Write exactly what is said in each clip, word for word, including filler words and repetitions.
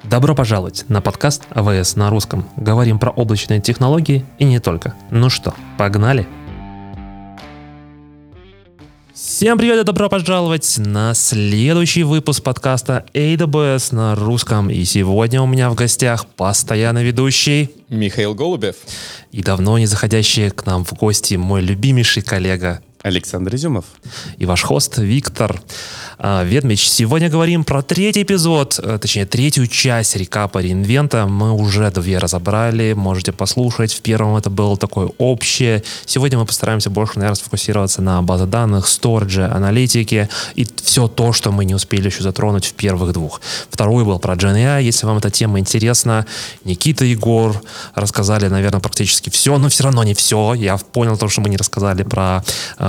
Добро пожаловать на подкаст эй ви эс на русском. Говорим про облачные технологии и не только. Ну что, погнали? Всем привет и добро пожаловать на следующий выпуск подкаста эй дабл ю эс на русском. И сегодня у меня в гостях постоянно ведущий Михаил Голубев и давно не заходящий к нам в гости мой любимейший коллега Александр Изюмов и ваш хост Виктор Ведмич. Сегодня говорим про третий эпизод, точнее третью часть рекапа реинвента. Мы уже две разобрали, можете послушать. В первом это было такое общее. Сегодня мы постараемся больше, наверное, сфокусироваться на базе данных, сторидже, аналитике и все то, что мы не успели еще затронуть в первых двух. Второй был про джен эй ай. Если вам эта тема интересна, Никита и Егор рассказали, наверное, практически все, но все равно не все. Я понял то, что мы не рассказали про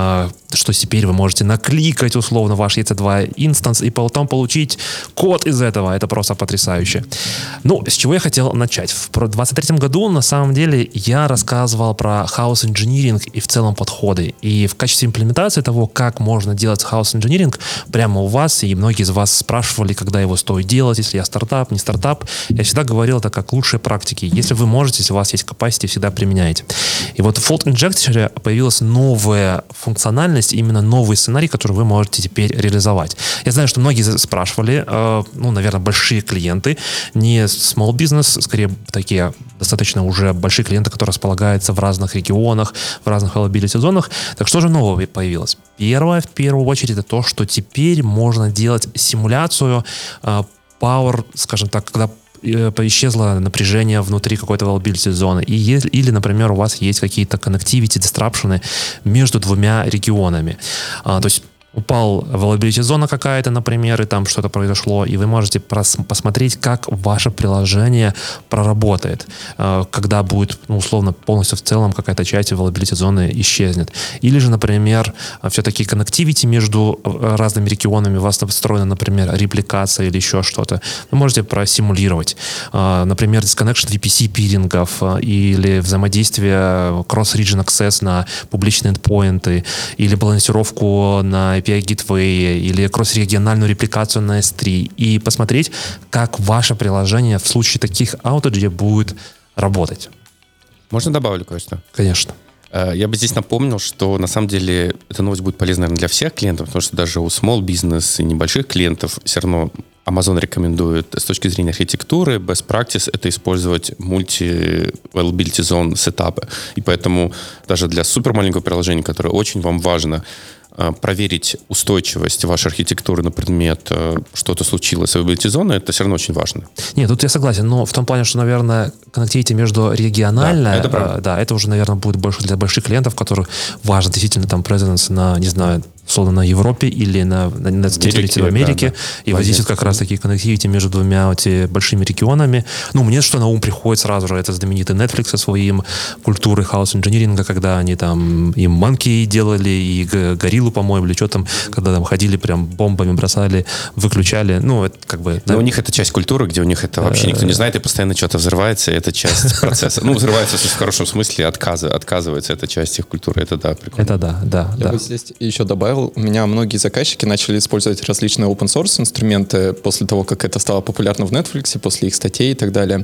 что теперь вы можете накликать условно ваш и си два инстанс и потом получить код из этого. Это просто потрясающе. Ну, с чего я хотел начать? В двадцать третьем году, на самом деле, я рассказывал про хаос инжиниринг и в целом подходы. И в качестве имплементации того, как можно делать хаос инжиниринг прямо у вас, и многие из вас спрашивали, когда его стоит делать, если я стартап, не стартап, я всегда говорил это как лучшие практики. Если вы можете, если у вас есть capacity, всегда применяйте. И вот в Fault Injector появилась новая функциональность, именно новый сценарий, который вы можете теперь реализовать. Я знаю, что многие спрашивали, э, ну, наверное, большие клиенты, не small business, скорее такие достаточно уже большие клиенты, которые располагаются в разных регионах, в разных availability зонах. Так что же нового появилось? Первое, в первую очередь, это то, что теперь можно делать симуляцию э, power, скажем так, когда исчезло напряжение внутри какой-то availability зоны. И если, или, например, у вас есть какие-то connectivity disruption между двумя регионами. А, то есть упал availability зона какая-то, например, и там что-то произошло, и вы можете прос- посмотреть, как ваше приложение проработает, э, когда будет, ну, условно, полностью в целом какая-то часть availability зоны исчезнет. Или же, например, все-таки connectivity между разными регионами у вас настроена, например, репликация или еще что-то. Вы можете просимулировать. Э, например, disconnection ви пи си пирингов э, или взаимодействие cross-region access на публичные эндпоинты, или балансировку на эй пи ай Gateway или кросс-региональную репликацию на эс три и посмотреть, как ваше приложение в случае таких аутеджей будет работать. Можно добавлю кое-что? Конечно. Я бы здесь напомнил, что на самом деле эта новость будет полезна, наверное, для всех клиентов, потому что даже у small business и небольших клиентов все равно Amazon рекомендует с точки зрения архитектуры, best practice — это использовать multi-availability zone сетапы. И поэтому даже для супер маленького приложения, которое очень вам важно, проверить устойчивость вашей архитектуры на предмет что-то случилось с availability зоной, это все равно очень важно. Нет, тут я согласен, но в том плане, что, наверное, коннективити между регионально, да, это, э, да, это уже, наверное, будет больше для больших клиентов, которых важно действительно там presence на, не знаю, условно на Европе или на, на, на территории в Америке, да, да. И вот здесь вот как раз такие коннективити между двумя эти большими регионами. Ну, мне что на ум приходит сразу же, это знаменитый Netflix со своим культурой хаос-инжиниринга, когда они там и Monkey делали, и Гориллу, по-моему, или что там, когда там ходили, прям бомбами бросали, выключали. Ну, это как бы... Но да. У них это часть культуры, где у них это вообще никто не знает, и постоянно что-то взрывается, и это часть процесса. Ну, взрывается в хорошем смысле, отказывается эта часть их культуры. Это да, прикольно. Это да, да. Я бы здесь еще добавил, у меня многие заказчики начали использовать различные open-source инструменты после того, как это стало популярно в Netflix, после их статей и так далее.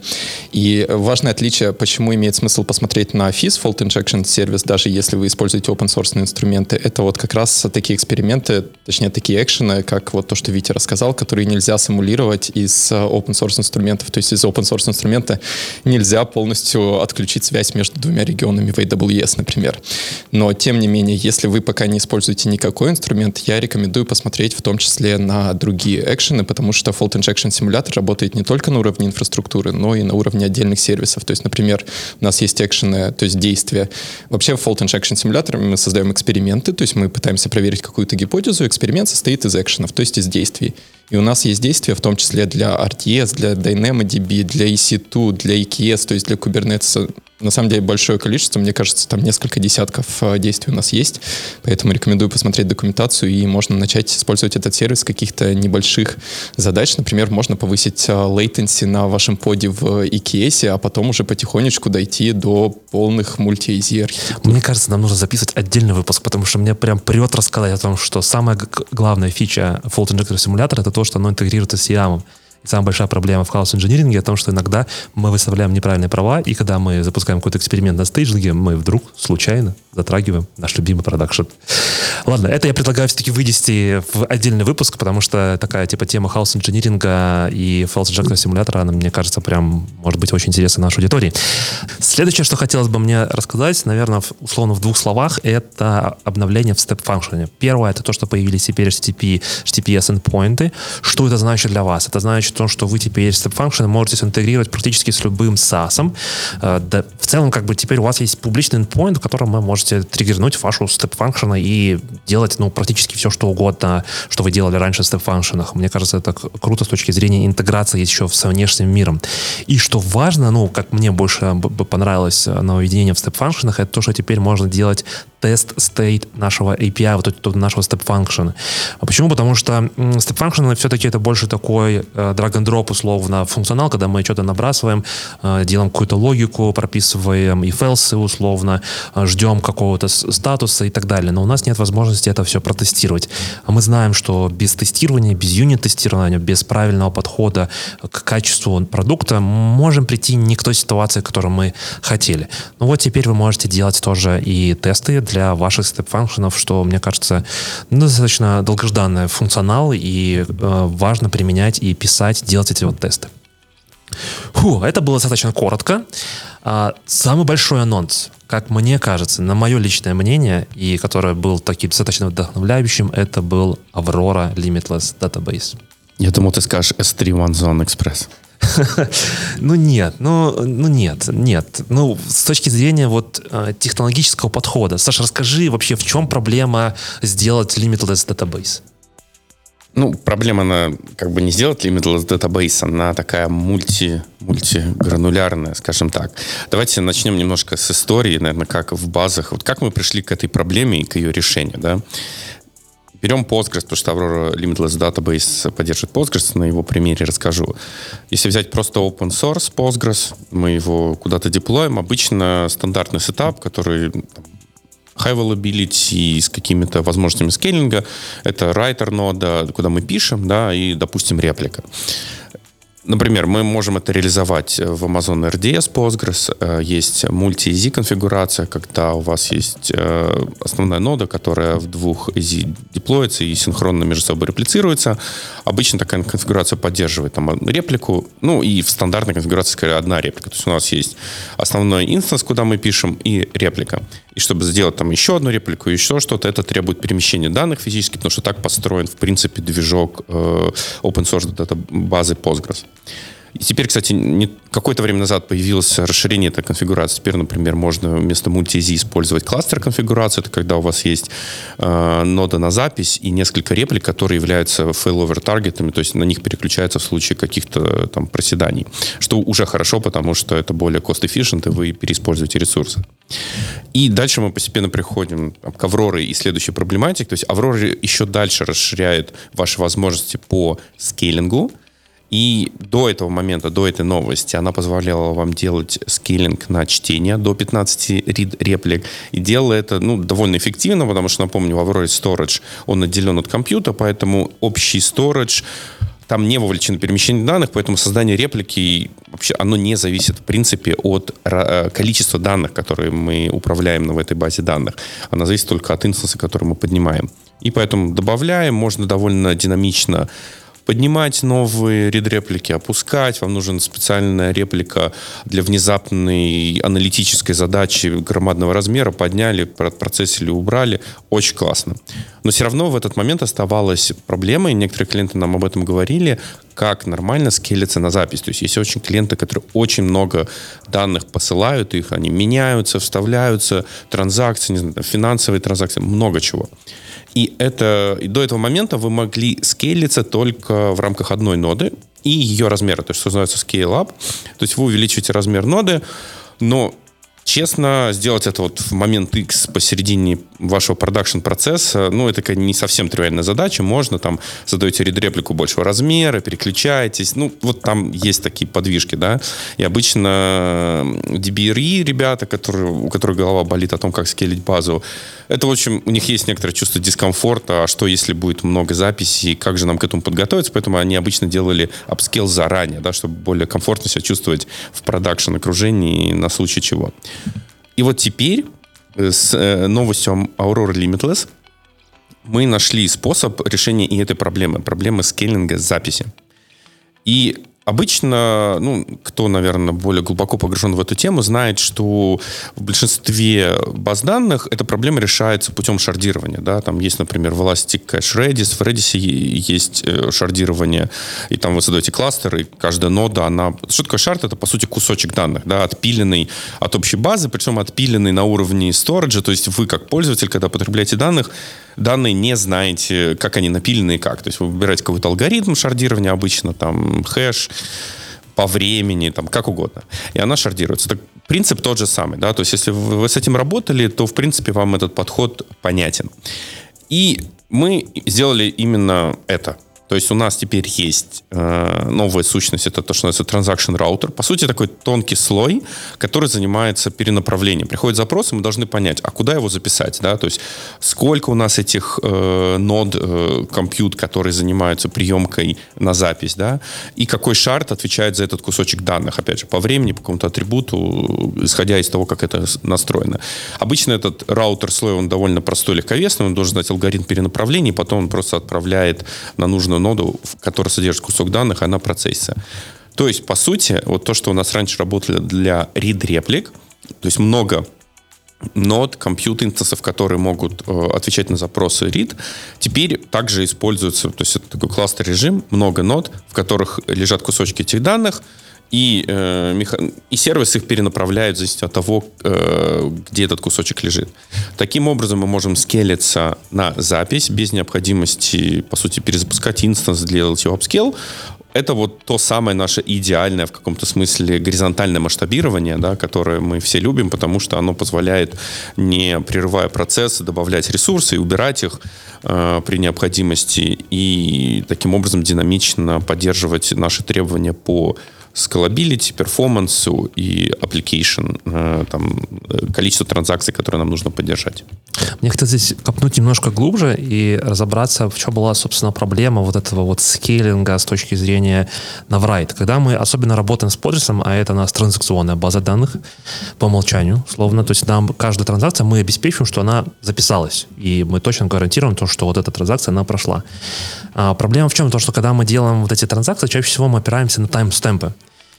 И важное отличие, почему имеет смысл посмотреть на эф ай эс, Fault Injection Service, даже если вы используете open-source инструменты, это вот как раз такие эксперименты, точнее такие экшены, как вот то, что Витя рассказал, которые нельзя симулировать из open-source инструментов. То есть из open-source инструмента нельзя полностью отключить связь между двумя регионами в эй дабл ю эс, например. Но тем не менее, если вы пока не используете никакой инструмент, я рекомендую посмотреть в том числе на другие экшены, потому что Fault Injection симулятор работает не только на уровне инфраструктуры, но и на уровне отдельных сервисов. То есть, например, у нас есть экшены, то есть действия. Вообще в Fault Injection симуляторе мы создаем эксперименты, то есть мы пытаемся проверить какую-то гипотезу. Эксперимент состоит из экшенов, то есть из действий. И у нас есть действия, в том числе для ар ти эс, для DynamoDB, для и си два, для и кей эс, то есть для Kubernetes. На самом деле большое количество, мне кажется, там несколько десятков действий у нас есть. Поэтому рекомендую посмотреть документацию, и можно начать использовать этот сервис в каких-то небольших задач. Например, можно повысить latency на вашем поде в и кей эс, а потом уже потихонечку дойти до полных мульти-эй зет архитектур. Мне кажется, нам нужно записывать отдельный выпуск, потому что мне прям прет рассказать о том, что самая г- главная фича Fault Injector симулятора — это то, что оно интегрируется с сиамом. И самая большая проблема в хаос-инжиниринге о том, что иногда мы выставляем неправильные права, и когда мы запускаем какой-то эксперимент на стейджинге, мы вдруг случайно затрагиваем наш любимый продакшн. Ладно, это я предлагаю все-таки вынести в отдельный выпуск, потому что такая типа тема хаос-инжиниринга и фэлс-инжектор симулятора, она, мне кажется, прям может быть очень интересна нашей аудитории. Следующее, что хотелось бы мне рассказать, наверное, условно в двух словах, это обновление в степ-фанкшене. Первое, это то, что появились теперь эйч ти ти пи, эйч ти ти пи эс-эндпоинты. Что это значит для вас? Это значит то, что вы теперь степ-фанкшены можете интегрировать практически с любым SaaS. Да, в целом, как бы теперь у вас есть публичный эндпоинт, в котором вы можете триггернуть вашу степ-фанкшены и делать, ну, практически все, что угодно, что вы делали раньше в степ-фанкшенах. Мне кажется, это круто с точки зрения интеграции еще с внешним миром. И что важно, ну, как мне больше понравилось нововведение в степ-фанкшенах, это то, что теперь можно делать тест-стейт нашего эй пи ай, вот этого нашего степ-фанкшена. А почему? Потому что степ-фанкшены все-таки это больше такой drag-and-drop, условно, функционал, когда мы что-то набрасываем, делаем какую-то логику, прописываем if-else, условно, ждем какого-то статуса и так далее. Но у нас нет возможности это все протестировать. А мы знаем, что без тестирования, без юнит-тестирования, без правильного подхода к качеству продукта можем прийти не к той ситуации, которую мы хотели. Ну вот теперь вы можете делать тоже и тесты для ваших степ-фанкшенов, что, мне кажется, достаточно долгожданный функционал, и э, важно применять и писать, делать эти вот тесты. Фу, это было достаточно коротко. А, самый большой анонс, как мне кажется, на мое личное мнение, и который был таким достаточно вдохновляющим, это был Aurora Limitless Database. Я думал, ты скажешь эс три OneZone Express. Ну нет, ну, ну нет, нет. Ну, с точки зрения вот технологического подхода. Саша, расскажи вообще, в чем проблема сделать limitless database? Ну, проблема, она как бы не сделать limitless database, она такая мульти, мультигранулярная, скажем так. Давайте начнем немножко с истории, наверное, как в базах. Вот как мы пришли к этой проблеме и к ее решению, да? Берем Postgres, потому что Aurora Limitless Database поддерживает Postgres, на его примере расскажу. Если взять просто open source Postgres, мы его куда-то деплоим, обычно стандартный сетап, который high availability с какими-то возможностями скейлинга, это writer нода, куда мы пишем, да, и, допустим, реплика. Например, мы можем это реализовать в Amazon эр ди эс Postgres. Есть мульти-и зет конфигурация, когда у вас есть основная нода, которая в двух и зет деплоится и синхронно между собой реплицируется. Обычно такая конфигурация поддерживает там реплику. Ну и в стандартной конфигурации, скорее, одна реплика. То есть у нас есть основной инстанс, куда мы пишем, и реплика. И чтобы сделать там еще одну реплику, еще что-то, это требует перемещения данных физически, потому что так построен, в принципе, движок э, open source базы Postgres. И теперь, кстати, не, какое-то время назад появилось расширение этой конфигурации. Теперь, например, можно вместо мульти-и зет использовать кластер-конфигурацию. Это когда у вас есть э, нода на запись и несколько реплик, которые являются failover-таргетами, то есть на них переключаются в случае каких-то там проседаний. Что уже хорошо, потому что это более cost-efficient, и вы переиспользуете ресурсы. И дальше мы постепенно приходим к Aurora и следующей проблематике. То есть Aurora еще дальше расширяет ваши возможности по скейлингу. И до этого момента, до этой новости, она позволяла вам делать скейлинг на чтение до пятнадцати реплик. И делала это ну, довольно эффективно, потому что, напомню, в Aurora Storage он отделен от компьютера, поэтому общий storage, там не вовлечено перемещение данных, поэтому создание реплики, вообще, оно не зависит, в принципе, от количества данных, которые мы управляем в этой базе данных. Оно зависит только от инстанса, который мы поднимаем. И поэтому добавляем, можно довольно динамично поднимать новые read-реплики, опускать. Вам нужна специальная реплика для внезапной аналитической задачи громадного размера. Подняли, процессили, убрали. Очень классно. Но все равно в этот момент оставалась проблема, и некоторые клиенты нам об этом говорили, как нормально скейлиться на запись. То есть есть очень клиенты, которые очень много данных посылают, их они меняются, вставляются, транзакции, не знаю, финансовые транзакции, много чего. И, это, и до этого момента вы могли скейлиться только в рамках одной ноды и ее размера, то есть что называется scale-up. То есть вы увеличиваете размер ноды, но Честно, сделать это вот в момент X посередине вашего продакшн-процесса, ну, это не совсем тривиальная задача. Можно, там, задаете read-реплику большего размера, переключаетесь. Ну, вот там есть такие подвижки, да. И обычно ди би ар и ребята, которые, у которых голова болит о том, как скейлить базу, это, в общем, у них есть некоторое чувство дискомфорта, а что, если будет много записей, как же нам к этому подготовиться? Поэтому они обычно делали апскейл заранее, да, чтобы более комфортно себя чувствовать в продакшн-окружении на случай чего. И вот теперь с новостью Aurora Limitless мы нашли способ решения и этой проблемы. Проблемы скейлинга записи. И обычно, ну, кто, наверное, более глубоко погружен в эту тему, знает, что в большинстве баз данных эта проблема решается путем шардирования. Да? Там есть, например, в Elastic Cache Redis, в Redis есть шардирование, и там вы создаете кластер, и каждая нода, она... Что такое шард? Это, по сути, кусочек данных, да, отпиленный от общей базы, причем отпиленный на уровне сториджа, то есть вы, как пользователь, когда потребляете данных, данные не знаете, как они напилены и как. То есть вы выбираете какой-то алгоритм шардирования, обычно там хэш, по времени, там, как угодно. И она шардируется. Так, принцип тот же самый. Да? То есть если вы с этим работали, то, в принципе, вам этот подход понятен. И мы сделали именно это. То есть у нас теперь есть э, новая сущность, это то, что называется Transaction Router. По сути, такой тонкий слой, который занимается перенаправлением. Приходит запрос, и мы должны понять, а куда его записать, да? То есть сколько у нас этих э, нод, э, компьют, которые занимаются приемкой на запись, да? И какой шард отвечает за этот кусочек данных, опять же, по времени, по какому-то атрибуту, исходя из того, как это настроено. Обычно этот раутер-слой, он довольно простой, легковесный, он должен знать алгоритм перенаправления, и потом он просто отправляет на нужную ноду, которая содержит кусок данных, она процессится. То есть, по сути, вот то, что у нас раньше работало для read-реплик, то есть много нод, компьют-инстансов, которые могут э, отвечать на запросы read, теперь также используются, то есть это такой кластер-режим, много нод, в которых лежат кусочки этих данных, и, э, меха... и сервис их перенаправляет в зависимости от того, э, где этот кусочек лежит. Таким образом, мы можем скейлиться на запись без необходимости, по сути, перезапускать инстанс, делать его апскейл. Это вот то самое наше идеальное в каком-то смысле горизонтальное масштабирование, да, которое мы все любим, потому что оно позволяет, не прерывая процесс, добавлять ресурсы и убирать их э, при необходимости, и таким образом динамично поддерживать наши требования по scalability, перформансу и application, э, там, количество транзакций, которые нам нужно поддержать. Мне хотелось здесь копнуть немножко глубже и разобраться, в чем была, собственно, проблема вот этого вот скейлинга с точки зрения Navrite. Когда мы особенно работаем с Postgres, а это у нас транзакционная база данных по умолчанию, словно, то есть нам каждая транзакция, мы обеспечиваем, что она записалась, и мы точно гарантируем то, что вот эта транзакция, она прошла. А проблема в чем? То, что когда мы делаем вот эти транзакции, чаще всего мы опираемся на таймстемпы.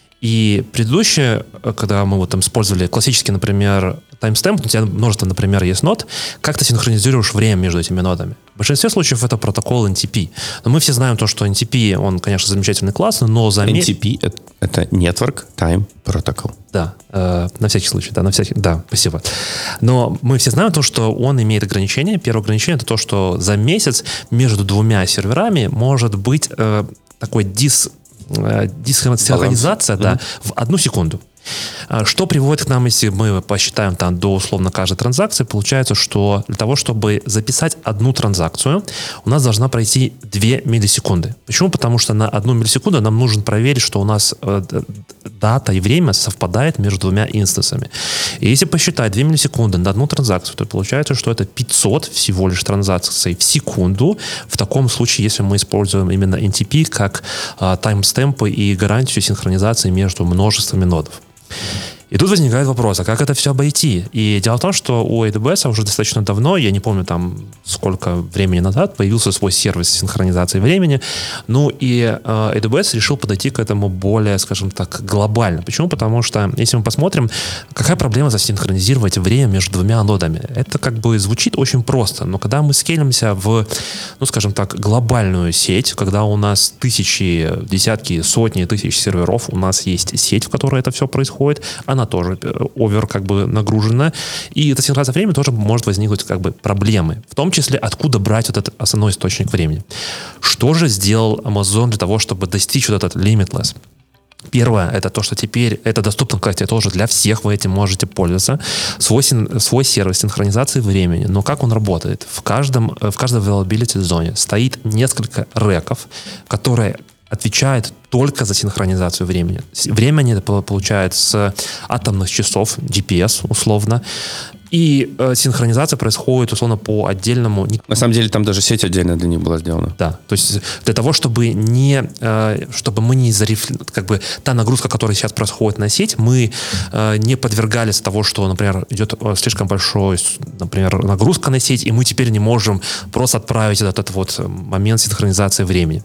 И предыдущие, когда мы вот там использовали классический, например, таймстемп, у тебя множество, например, есть нод, как ты синхронизируешь время между этими нодами? В большинстве случаев это протокол эн ти пи. Но мы все знаем то, что эн ти пи, он, конечно, замечательный, классный, но заметь... эн ти пи это, это Network Time Protocol. Да, э, на всякий случай, да, на всякий, да, спасибо. Но мы все знаем то, что он имеет ограничения. Первое ограничение — это то, что за месяц между двумя серверами может быть э, такой дис... дисхронизация, да, mm-hmm. в одну секунду. Что приводит к нам, если мы посчитаем там до условно каждой транзакции, получается, что для того, чтобы записать одну транзакцию, у нас должна пройти две миллисекунды. Почему? Потому что на одну миллисекунду нам нужно проверить, что у нас э, дата и время совпадает между двумя инстансами. И если посчитать две миллисекунды на одну транзакцию, то получается, что это пятьсот всего лишь транзакций в секунду. В таком случае, если мы используем именно эн ти пи как э, таймстемпы и гарантию синхронизации между множествами нодов. И тут возникает вопрос, а как это все обойти? И дело в том, что у эй дабл ю эс уже достаточно давно, я не помню там сколько времени назад, появился свой сервис синхронизации времени. Ну и э, эй дабл ю эс решил подойти к этому более, скажем так, глобально. Почему? Потому что, если мы посмотрим, какая проблема засинхронизировать время между двумя нодами? Это как бы звучит очень просто, но когда мы скейлимся в, ну скажем так, глобальную сеть, когда у нас тысячи, десятки, сотни тысяч серверов, у нас есть сеть, в которой это все происходит, она тоже овер как бы нагружена, и эта синхронизация времени тоже может возникнуть как бы проблемы, в том числе откуда брать вот этот основной источник времени. Что же сделал Amazon для того, чтобы достичь вот этот limitless? Первое, это то, что теперь это доступно, кстати, тоже для всех, вы этим можете пользоваться. Свой, свой сервис синхронизации времени. Но как он работает? В, каждом, в каждой availability зоне стоит несколько реков, которые отвечают только за синхронизацию времени. Время они получают с атомных часов, джи пи эс условно, и э, синхронизация происходит условно по отдельному... На самом деле там даже сеть отдельно для них была сделана. Да, то есть для того, чтобы не, э, чтобы мы не зарифли... как бы та нагрузка, которая сейчас происходит на сеть, мы э, не подвергались того, что, например, идет слишком большой, например, нагрузка на сеть, и мы теперь не можем просто отправить этот, этот вот момент синхронизации времени.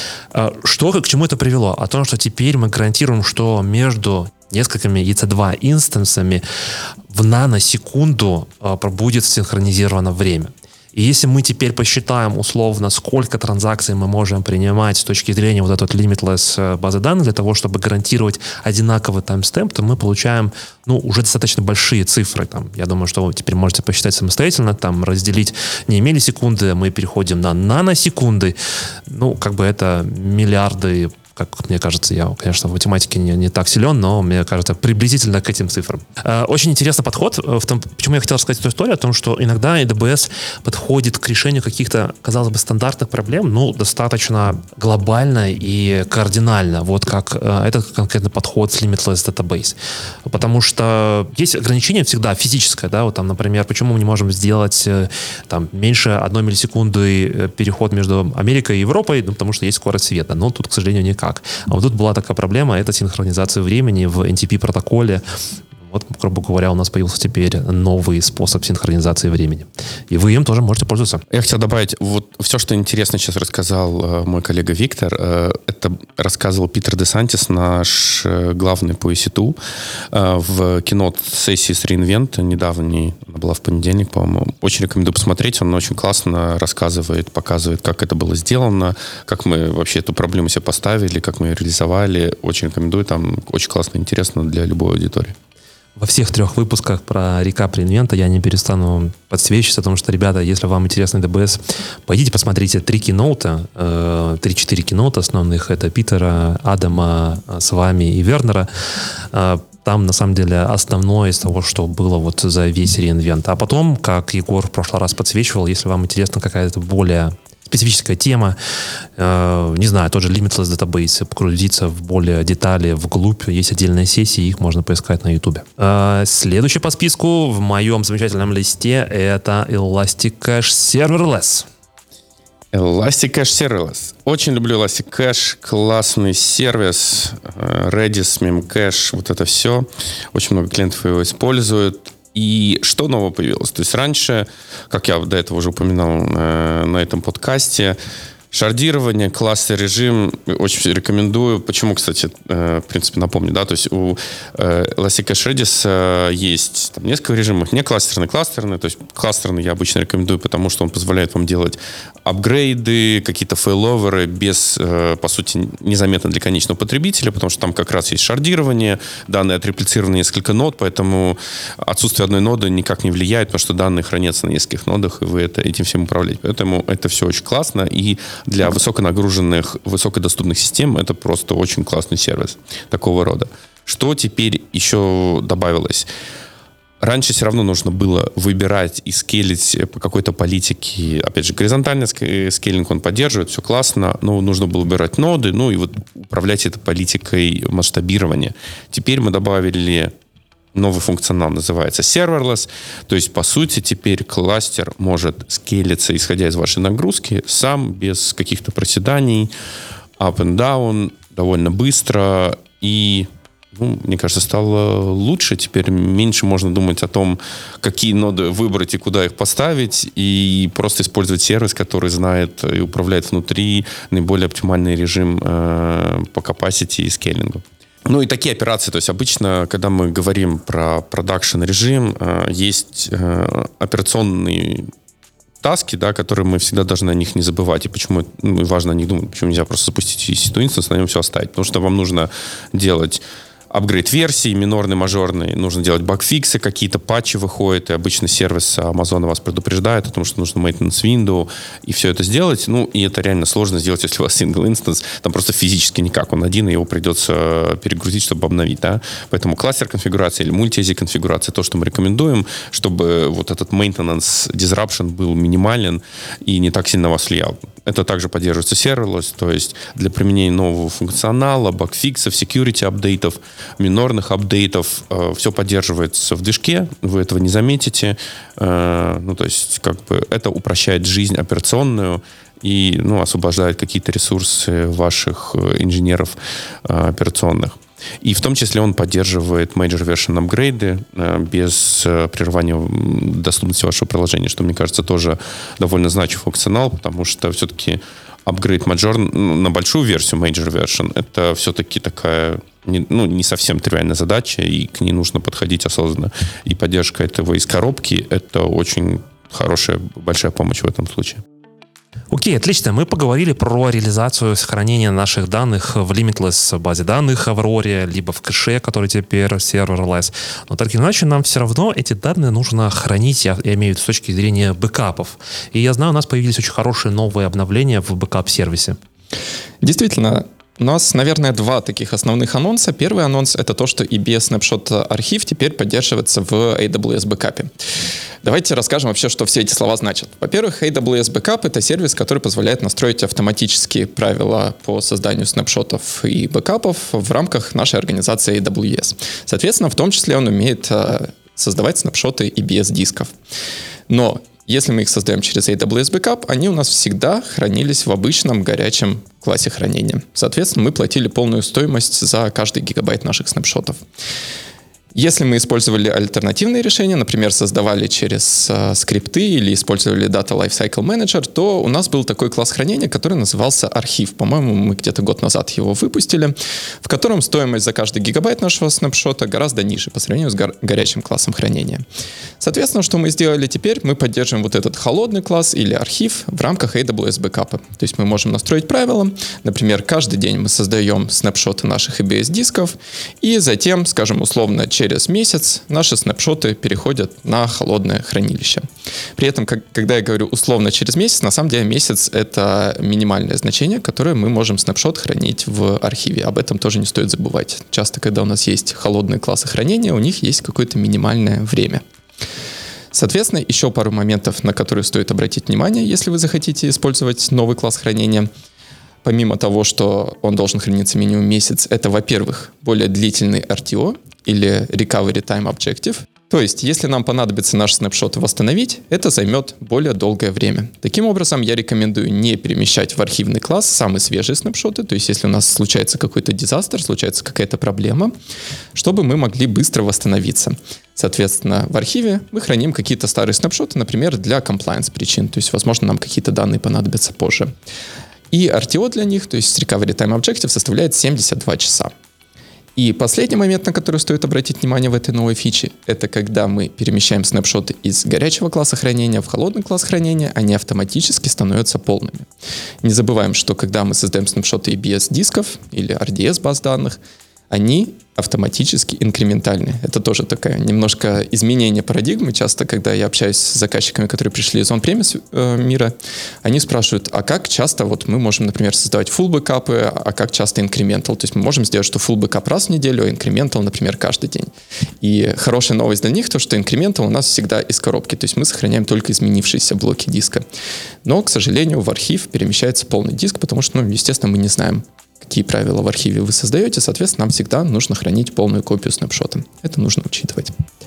Э, что, к чему это привело? О том, что теперь мы гарантируем, что между несколькими и си два инстансами в наносекунду э, будет синхронизировано время. И если мы теперь посчитаем условно, сколько транзакций мы можем принимать с точки зрения вот этой вот limitless базы данных для того, чтобы гарантировать одинаковый таймстемп, то мы получаем ну, уже достаточно большие цифры. Там, я думаю, что вы теперь можете посчитать самостоятельно, там, разделить не миллисекунды, мы переходим на наносекунды. Ну, как бы это миллиарды, как мне кажется, я, конечно, в математике не, не так силен, но мне кажется, приблизительно к этим цифрам. Э, очень интересный подход. В том, почему я хотел рассказать эту историю, о том, что иногда эй дабл ю эс подходит к решению каких-то, казалось бы, стандартных проблем, ну, достаточно глобально и кардинально. Вот как э, этот конкретный подход с Limitless Database. Потому что есть ограничение всегда физическое, да, вот там, например, почему мы не можем сделать э, там, меньше одной миллисекунды переход между Америкой и Европой, ну, потому что есть скорость света. Но тут, к сожалению, никак. А вот тут была такая проблема, это синхронизация времени в эн ти пи протоколе. Вот, грубо говоря, у нас появился теперь новый способ синхронизации времени. И вы им тоже можете пользоваться. Я хотел добавить, вот все, что интересно сейчас рассказал э, мой коллега Виктор, э, это рассказывал Питер Десантис, наш э, главный по и си ту, э, в кино-сессии с re:Invent недавней, она была в понедельник, по-моему. Очень рекомендую посмотреть, он очень классно рассказывает, показывает, как это было сделано, как мы вообще эту проблему себе поставили, как мы ее реализовали. Очень рекомендую, там очень классно и интересно для любой аудитории. Во всех трех выпусках про Recap Reinvent я не перестану подсвечиваться, потому что, ребята, если вам интересно эй дабл ю эс, пойдите посмотрите три киноута, три-четыре киноута основных, это Питера, Адама, с вами и Вернера. Там, на самом деле, основное из того, что было вот за весь re:Invent. А потом, как Егор в прошлый раз подсвечивал, если вам интересна какая-то более специфическая тема, э, не знаю, тот же Limitless Database, погрузиться в более детали, вглубь, есть отдельные сессии, их можно поискать на YouTube. Э, следующий по списку в моем замечательном листе это Elasticache Serverless. Elasticache Serverless. Очень люблю Elasticache, классный сервис, Redis, Memcache, вот это все. Очень много клиентов его используют. И что нового появилось? То есть раньше, как я до этого уже упоминал э, на этом подкасте, шардирование, кластер режим очень рекомендую. Почему, кстати, в принципе, напомню, да, то есть у Elasticache Redis есть там несколько режимов, не кластерный, кластерный, то есть кластерный я обычно рекомендую, потому что он позволяет вам делать апгрейды, какие-то фейловеры без, по сути, незаметно для конечного потребителя, потому что там как раз есть шардирование, данные отреплицированы на несколько нод, поэтому отсутствие одной ноды никак не влияет, потому что данные хранятся на нескольких нодах, и вы это, этим всем управляете. Поэтому это все очень классно, и для высоконагруженных, высокодоступных систем это просто очень классный сервис такого рода. Что теперь еще добавилось? Раньше все равно нужно было выбирать и скейлить по какой-то политике. Опять же, горизонтальный скейлинг он поддерживает, все классно, но нужно было выбирать ноды, ну и вот управлять этой политикой масштабирования. Теперь мы добавили новый функционал, называется Serverless. То есть, по сути, теперь кластер может скейлиться, исходя из вашей нагрузки, сам, без каких-то проседаний, up and down, довольно быстро. И, ну, мне кажется, стало лучше. Теперь меньше можно думать о том, какие ноды выбрать и куда их поставить, и просто использовать сервис, который знает и управляет внутри наиболее оптимальный режим э, по capacity и скейлингу. Ну и такие операции, то есть обычно, когда мы говорим про продакшн режим, есть операционные таски, да, которые мы всегда должны о них не забывать. И почему ну, важно о них думать, почему нельзя просто запустить и си ту инстанс, на нем все оставить. Потому что вам нужно делать апгрейд версии, минорный, мажорный, нужно делать багфиксы, какие-то патчи выходят, и обычно сервис Amazon вас предупреждает о том, что нужно maintenance window, и все это сделать. Ну, и это реально сложно сделать, если у вас single instance, там просто физически никак, он один, и его придется перегрузить, чтобы обновить, да. Поэтому кластер-конфигурация или мульти-конфигурация, то, что мы рекомендуем, чтобы вот этот maintenance disruption был минимален и не так сильно вас влиял. Это также поддерживается serverless, то есть для применения нового функционала, багфиксов, security апдейтов, минорных апдейтов, э, все поддерживается в движке, вы этого не заметите. Э, ну, то есть как бы это упрощает жизнь операционную и ну, освобождает какие-то ресурсы ваших инженеров э, операционных. И в том числе он поддерживает major version апгрейды э, без э, прерывания доступности вашего приложения, что, мне кажется, тоже довольно значимый функционал, потому что все-таки апгрейд major на большую версию major version это все-таки такая не, ну, не совсем тривиальная задача, и к ней нужно подходить осознанно. И поддержка этого из коробки — это очень хорошая, большая помощь в этом случае. Окей, отлично. Мы поговорили про реализацию сохранения наших данных в limitless базе данных Aurora, либо в кэше, который теперь serverless. Но так или иначе, нам все равно эти данные нужно хранить, я, я имею в виду с точки зрения бэкапов. И я знаю, у нас появились очень хорошие новые обновления в бэкап-сервисе. Действительно, у нас, наверное, два таких основных анонса. Первый анонс — это то, что и би эс Snapshot архив теперь поддерживается в эй дабл ю эс Backup. Давайте расскажем вообще, что все эти слова значат. Во-первых, эй дабл ю эс Backup — это сервис, который позволяет настроить автоматические правила по созданию снапшотов и бэкапов в рамках нашей организации эй дабл ю эс. Соответственно, в том числе он умеет э, создавать снапшоты и би эс-дисков. Но если мы их создаем через эй дабл ю эс Backup, они у нас всегда хранились в обычном горячем классе хранения. Соответственно, мы платили полную стоимость за каждый гигабайт наших снапшотов. Если мы использовали альтернативные решения, например, создавали через э, скрипты или использовали Data Lifecycle Manager, то у нас был такой класс хранения, который назывался архив. По-моему, мы где-то год назад его выпустили, в котором стоимость за каждый гигабайт нашего снапшота гораздо ниже по сравнению с гор- горячим классом хранения. Соответственно, что мы сделали теперь? Мы поддерживаем вот этот холодный класс или архив в рамках эй дабл ю эс Backup. То есть мы можем настроить правила. Например, каждый день мы создаем снапшоты наших и би эс-дисков, и затем, скажем, условно, через месяц наши снапшоты переходят на холодное хранилище. При этом, как, когда я говорю условно через месяц, на самом деле месяц — это минимальное значение, которое мы можем снапшот хранить в архиве. Об этом тоже не стоит забывать. Часто, когда у нас есть холодные классы хранения, у них есть какое-то минимальное время. Соответственно, еще пару моментов, на которые стоит обратить внимание, если вы захотите использовать новый класс хранения. Помимо того, что он должен храниться минимум месяц, это, во-первых, более длительный ар ти о или Recovery Time Objective. То есть, если нам понадобится наш снапшот восстановить, это займет более долгое время. Таким образом, я рекомендую не перемещать в архивный класс самые свежие снапшоты, то есть, если у нас случается какой-то дизастер, случается какая-то проблема, чтобы мы могли быстро восстановиться. Соответственно, в архиве мы храним какие-то старые снапшоты, например, для compliance причин, то есть, возможно, нам какие-то данные понадобятся позже. И ар ти о для них, то есть Recovery Time Objective, составляет семьдесят два часа. И последний момент, на который стоит обратить внимание в этой новой фиче, это когда мы перемещаем снапшоты из горячего класса хранения в холодный класс хранения, они автоматически становятся полными. Не забываем, что когда мы создаем снапшоты и би эс-дисков или ар ди эс-баз данных, они автоматически инкрементальны. Это тоже такое немножко изменение парадигмы. Часто, когда я общаюсь с заказчиками, которые пришли из он-премис э, мира, они спрашивают, а как часто вот мы можем, например, создавать full бэкапы, а как часто incremental? То есть мы можем сделать, что full бэкап раз в неделю, а incremental, например, каждый день. И хорошая новость для них, то, что incremental у нас всегда из коробки, то есть мы сохраняем только изменившиеся блоки диска. Но, к сожалению, в архив перемещается полный диск, потому что, ну, естественно, мы не знаем, какие правила в архиве вы создаете, соответственно, нам всегда нужно хранить полную копию снапшота. Это нужно учитывать.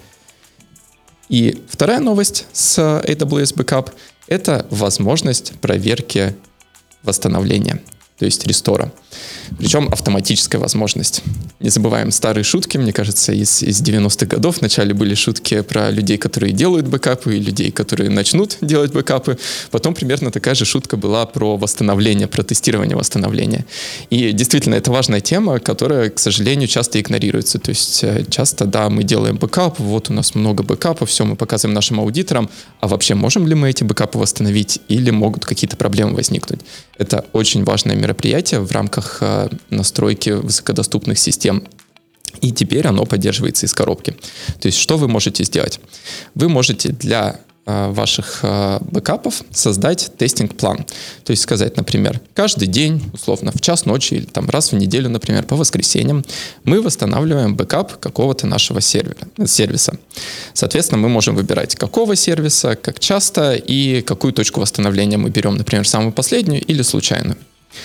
И вторая новость с эй дабл ю эс Backup — это возможность проверки восстановления, то есть рестора. Причем автоматическая возможность. Не забываем старые шутки, мне кажется, из, из девяностых годов. Вначале были шутки про людей, которые делают бэкапы, и людей, которые начнут делать бэкапы. Потом примерно такая же шутка была про восстановление, про тестирование восстановления. И действительно, это важная тема, которая, к сожалению, часто игнорируется. То есть часто, да, мы делаем бэкап, вот у нас много бэкапов, все, мы показываем нашим аудиторам, а вообще можем ли мы эти бэкапы восстановить или могут какие-то проблемы возникнуть? Это очень важное мероприятие в рамках настройки высокодоступных систем. И теперь оно поддерживается из коробки. То есть что вы можете сделать? Вы можете для ваших э, бэкапов создать тестинг-план. То есть сказать, например, каждый день, условно, в час ночи или там раз в неделю, например, по воскресеньям, мы восстанавливаем бэкап какого-то нашего сервера, сервиса. Соответственно, мы можем выбирать, какого сервиса, как часто и какую точку восстановления мы берем, например, самую последнюю или случайную.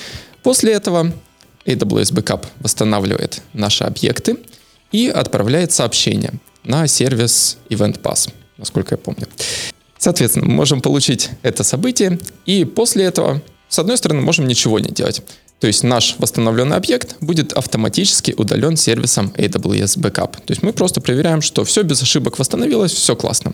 После этого эй дабл ю эс Backup восстанавливает наши объекты и отправляет сообщение на сервис EventPass, насколько я помню. Соответственно, мы можем получить это событие, и после этого, с одной стороны, можем ничего не делать. То есть наш восстановленный объект будет автоматически удален сервисом эй дабл ю эс Backup. То есть мы просто проверяем, что все без ошибок восстановилось, все классно.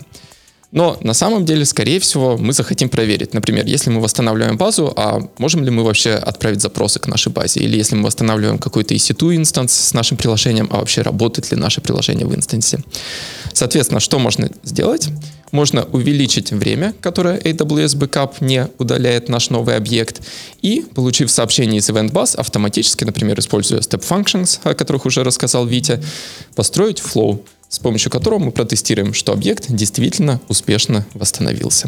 Но на самом деле, скорее всего, мы захотим проверить. Например, если мы восстанавливаем базу, а можем ли мы вообще отправить запросы к нашей базе? Или если мы восстанавливаем какой-то и си ту инстанс с нашим приложением, а вообще работает ли наше приложение в инстансе? Соответственно, что можно сделать? Можно увеличить время, которое эй дабл ю эс Backup не удаляет наш новый объект, и, получив сообщение из EventBus, автоматически, например, используя Step Functions, о которых уже рассказал Витя, построить флоу, с помощью которого мы протестируем, что объект действительно успешно восстановился.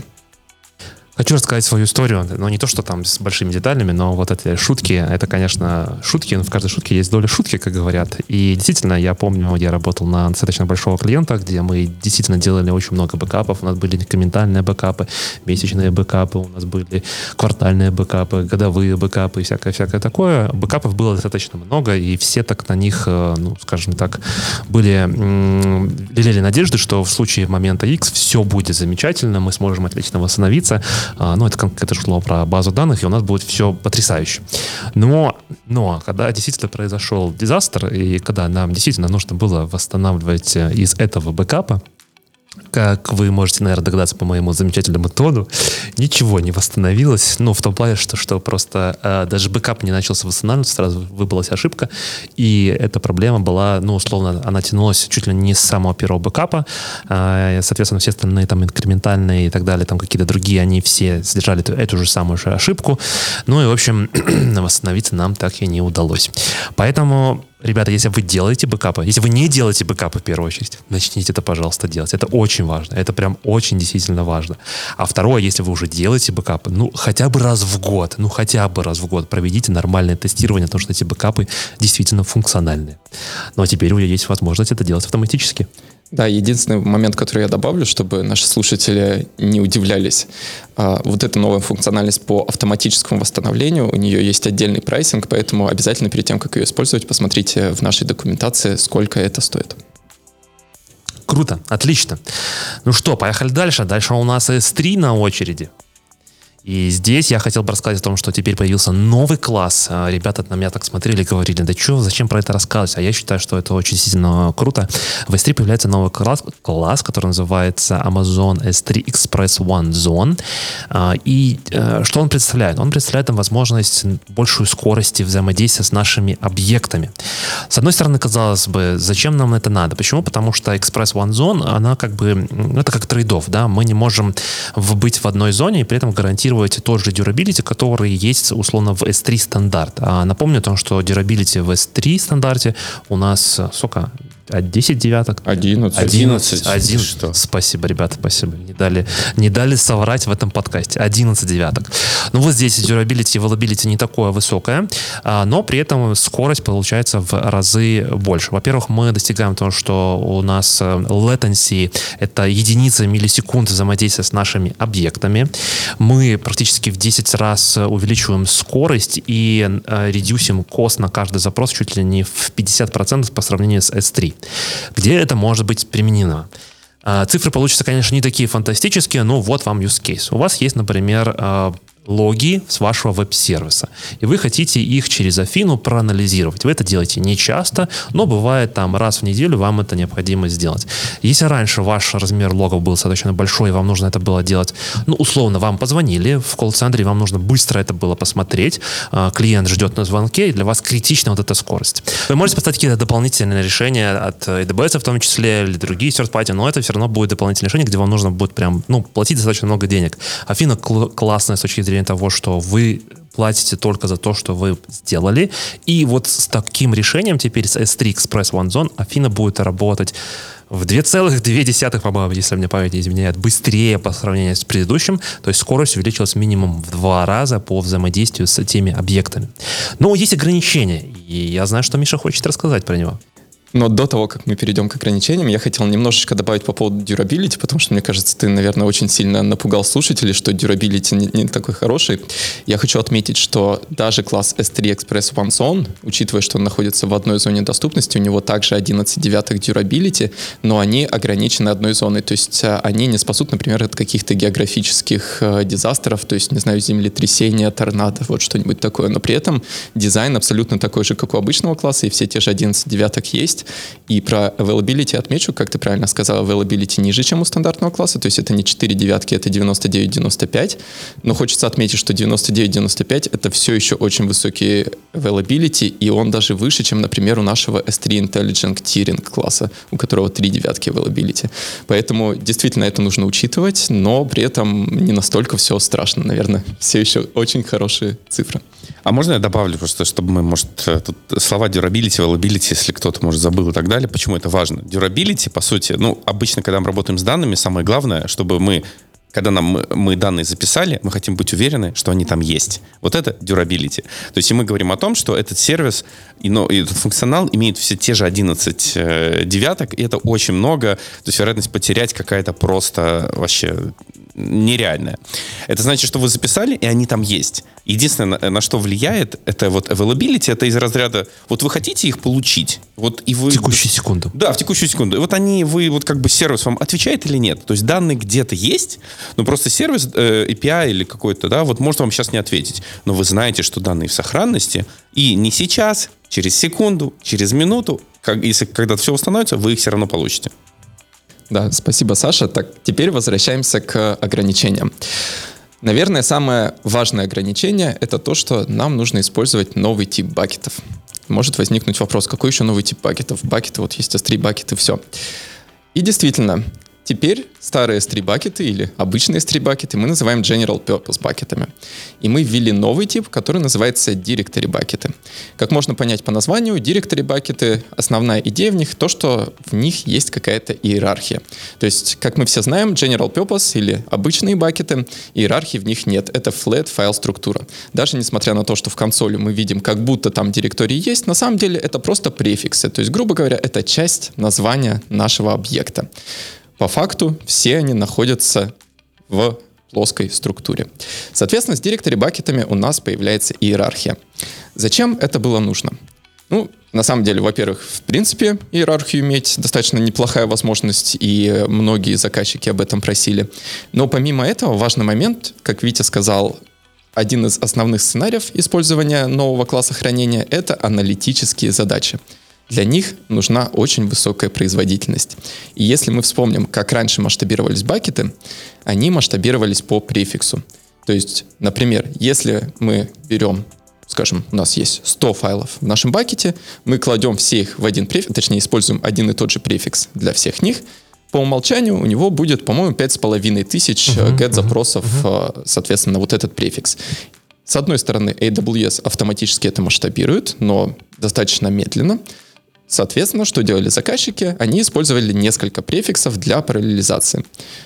Хочу рассказать свою историю, но не то, что там с большими деталями, но вот эти шутки, это, конечно, шутки, но в каждой шутке есть доля шутки, как говорят. И действительно, я помню, я работал на достаточно большого клиента, где мы действительно делали очень много бэкапов. У нас были комментальные бэкапы, месячные бэкапы, у нас были квартальные бэкапы, годовые бэкапы и всякое-всякое такое. Бэкапов было достаточно много, и все так на них, ну, скажем так, были, лелеяли надежды, что в случае момента X все будет замечательно, мы сможем отлично восстановиться. Ну, это как это шло про базу данных, и у нас будет все потрясающе. Но, но когда действительно произошел дизастер, и когда нам действительно нужно было восстанавливать из этого бэкапа, как вы можете, наверное, догадаться по моему замечательному тону, ничего не восстановилось. Ну, в том плане, что, что просто э, даже бэкап не начался восстанавливаться, сразу выбылась ошибка. И эта проблема была, ну, условно, она тянулась чуть ли не с самого первого бэкапа. Э, соответственно, все остальные там инкрементальные и так далее, там какие-то другие, они все содержали эту, эту же самую же ошибку. Ну и, в общем, восстановиться нам так и не удалось. Поэтому... Ребята, если вы делаете бэкапы, если вы не делаете бэкапы в первую очередь, начните это, пожалуйста, делать. Это очень важно. Это прям очень действительно важно. А второе, если вы уже делаете бэкапы, ну, хотя бы раз в год, ну, хотя бы раз в год проведите нормальное тестирование, потому что эти бэкапы действительно функциональные. Но теперь у вас есть возможность это делать автоматически. Да, единственный момент, который я добавлю, чтобы наши слушатели не удивлялись. Вот эта новая функциональность по автоматическому восстановлению, у нее есть отдельный прайсинг, поэтому обязательно перед тем, как ее использовать, посмотрите в нашей документации, сколько это стоит. Круто, отлично. Ну что, поехали дальше. Дальше у нас эс три на очереди. И здесь я хотел бы рассказать о том, что теперь появился новый класс. Ребята на меня так смотрели и говорили, да что, зачем про это рассказывать? А я считаю, что это очень сильно круто. В эс три появляется новый класс, класс, который называется Amazon эс три Express One Zone. И что он представляет? Он представляет нам возможность большую скорости взаимодействия с нашими объектами. С одной стороны, казалось бы, зачем нам это надо? Почему? Потому что Express One Zone, она как бы, это как трейд-офф, да? Мы не можем быть в одной зоне и при этом гарантировать тот же durability, который есть условно в эс три стандарт. А напомню о том, что durability в эс три стандарте у нас, сколько? десять девяток? одиннадцать. одиннадцать. одиннадцать. Что? Спасибо, ребята, спасибо. Не дали, не дали соврать в этом подкасте. одиннадцать девяток. Ну вот здесь durability и availability не такое высокое, но при этом скорость получается в разы больше. Во-первых, мы достигаем того, что у нас latency — это единица миллисекунд взаимодействия с нашими объектами. Мы практически в десять раз увеличиваем скорость и редюсим кост на каждый запрос чуть ли не в пятьдесят процентов по сравнению с эс три. Где это может быть применено? Цифры получатся, конечно, не такие фантастические, но вот вам use case. У вас есть, например, логи с вашего веб-сервиса, и вы хотите их через Афину проанализировать. Вы это делаете не часто, но бывает там раз в неделю вам это необходимо сделать. Если раньше ваш размер логов был достаточно большой, и вам нужно это было делать, ну, условно, вам позвонили в колл-центре, вам нужно быстро это было посмотреть, клиент ждет на звонке, и для вас критична вот эта скорость. Вы можете поставить какие-то дополнительные решения от эй дабл ю эс в том числе, или другие third-party, но это все равно будет дополнительное решение, где вам нужно будет прям, ну, платить достаточно много денег. Афина кл- классная с точки зрения того, что вы платите только за то, что вы сделали. И вот с таким решением теперь с эс три Express One Zone Афина будет работать в два целых две десятых, по-моему, если мне память не изменяет, быстрее по сравнению с предыдущим. То есть скорость увеличилась минимум в два раза по взаимодействию с теми объектами. Но есть ограничения, и я знаю, что Миша хочет рассказать про него. Но до того, как мы перейдем к ограничениям, я хотел немножечко добавить по поводу durability, потому что, мне кажется, ты, наверное, очень сильно напугал слушателей, что durability не, не такой хороший. Я хочу отметить, что даже класс эс три Express One Zone, учитывая, что он находится в одной зоне доступности, у него также одиннадцать девятых durability, но они ограничены одной зоной. То есть они не спасут, например, от каких-то географических э, дизастеров, то есть, не знаю, землетрясения, торнадо, вот что-нибудь такое. Но при этом дизайн абсолютно такой же, как у обычного класса, и все те же одиннадцать девятых есть. И про availability отмечу, как ты правильно сказал, availability ниже, чем у стандартного класса, то есть это не четыре девятки, это девяносто девять девяносто пять, но хочется отметить, что девяносто девять девяносто пять это все еще очень высокий availability, и он даже выше, чем, например, у нашего эс три Intelligent Tiering класса, у которого три девятки availability. Поэтому действительно это нужно учитывать, но при этом не настолько все страшно, наверное. Все еще очень хорошие цифры. А можно я добавлю просто, чтобы мы, может, тут слова durability, availability, если кто-то, может, забыл и так далее, почему это важно? Durability, по сути, ну, обычно, когда мы работаем с данными, самое главное, чтобы мы, когда нам, мы, мы данные записали, мы хотим быть уверены, что они там есть. Вот это durability. То есть, и мы говорим о том, что этот сервис и, ну, и этот функционал имеет все те же одиннадцать э, девяток, и это очень много, то есть вероятность потерять какая-то просто вообще нереальная. Это значит, что вы записали, и они там есть. Единственное, на, на что влияет, это вот availability, это из разряда, вот вы хотите их получить, вот и вы... В текущую секунду. Да, в текущую секунду. И вот они, вы, вот как бы сервис вам отвечает или нет. То есть данные где-то есть, но просто сервис, э, эй пи ай или какой-то, да, вот может вам сейчас не ответить. Но вы знаете, что данные в сохранности, и не сейчас, через секунду, через минуту, как, если когда все восстановится, вы их все равно получите. Да, спасибо, Саша. Так, теперь возвращаемся к ограничениям. Наверное, самое важное ограничение — это то, что нам нужно использовать новый тип бакетов. Может возникнуть вопрос, какой еще новый тип бакетов? Бакеты, вот есть эс три бакеты, все. И действительно, теперь старые эс три бакеты или обычные эс три бакеты мы называем General Purpose бакетами. И мы ввели новый тип, который называется Directory бакеты. Как можно понять по названию, Directory бакеты, основная идея в них то, что в них есть какая-то иерархия. То есть, как мы все знаем, General Purpose или обычные бакеты, иерархии в них нет. Это flat файл структура. Даже несмотря на то, что в консоли мы видим, как будто там директории есть, на самом деле это просто префиксы. То есть, грубо говоря, это часть названия нашего объекта. По факту все они находятся в плоской структуре. Соответственно, с директори-бакетами у нас появляется иерархия. Зачем это было нужно? Ну, на самом деле, во-первых, в принципе, иерархию иметь достаточно неплохая возможность, и многие заказчики об этом просили. Но помимо этого, важный момент, как Витя сказал, один из основных сценариев использования нового класса хранения — это аналитические задачи. Для них нужна очень высокая производительность. И если мы вспомним, как раньше масштабировались бакеты, они масштабировались по префиксу. То есть, например, если мы берем, скажем, у нас есть сто файлов в нашем бакете, мы кладем все их в один префикс, точнее, используем один и тот же префикс для всех них, по умолчанию у него будет, по-моему, пять с половиной тысяч uh-huh, get-запросов, uh-huh. соответственно, на вот этот префикс. С одной стороны, эй дабл ю эс автоматически это масштабирует, но достаточно медленно. Соответственно, что делали заказчики? Они использовали несколько префиксов для параллелизации.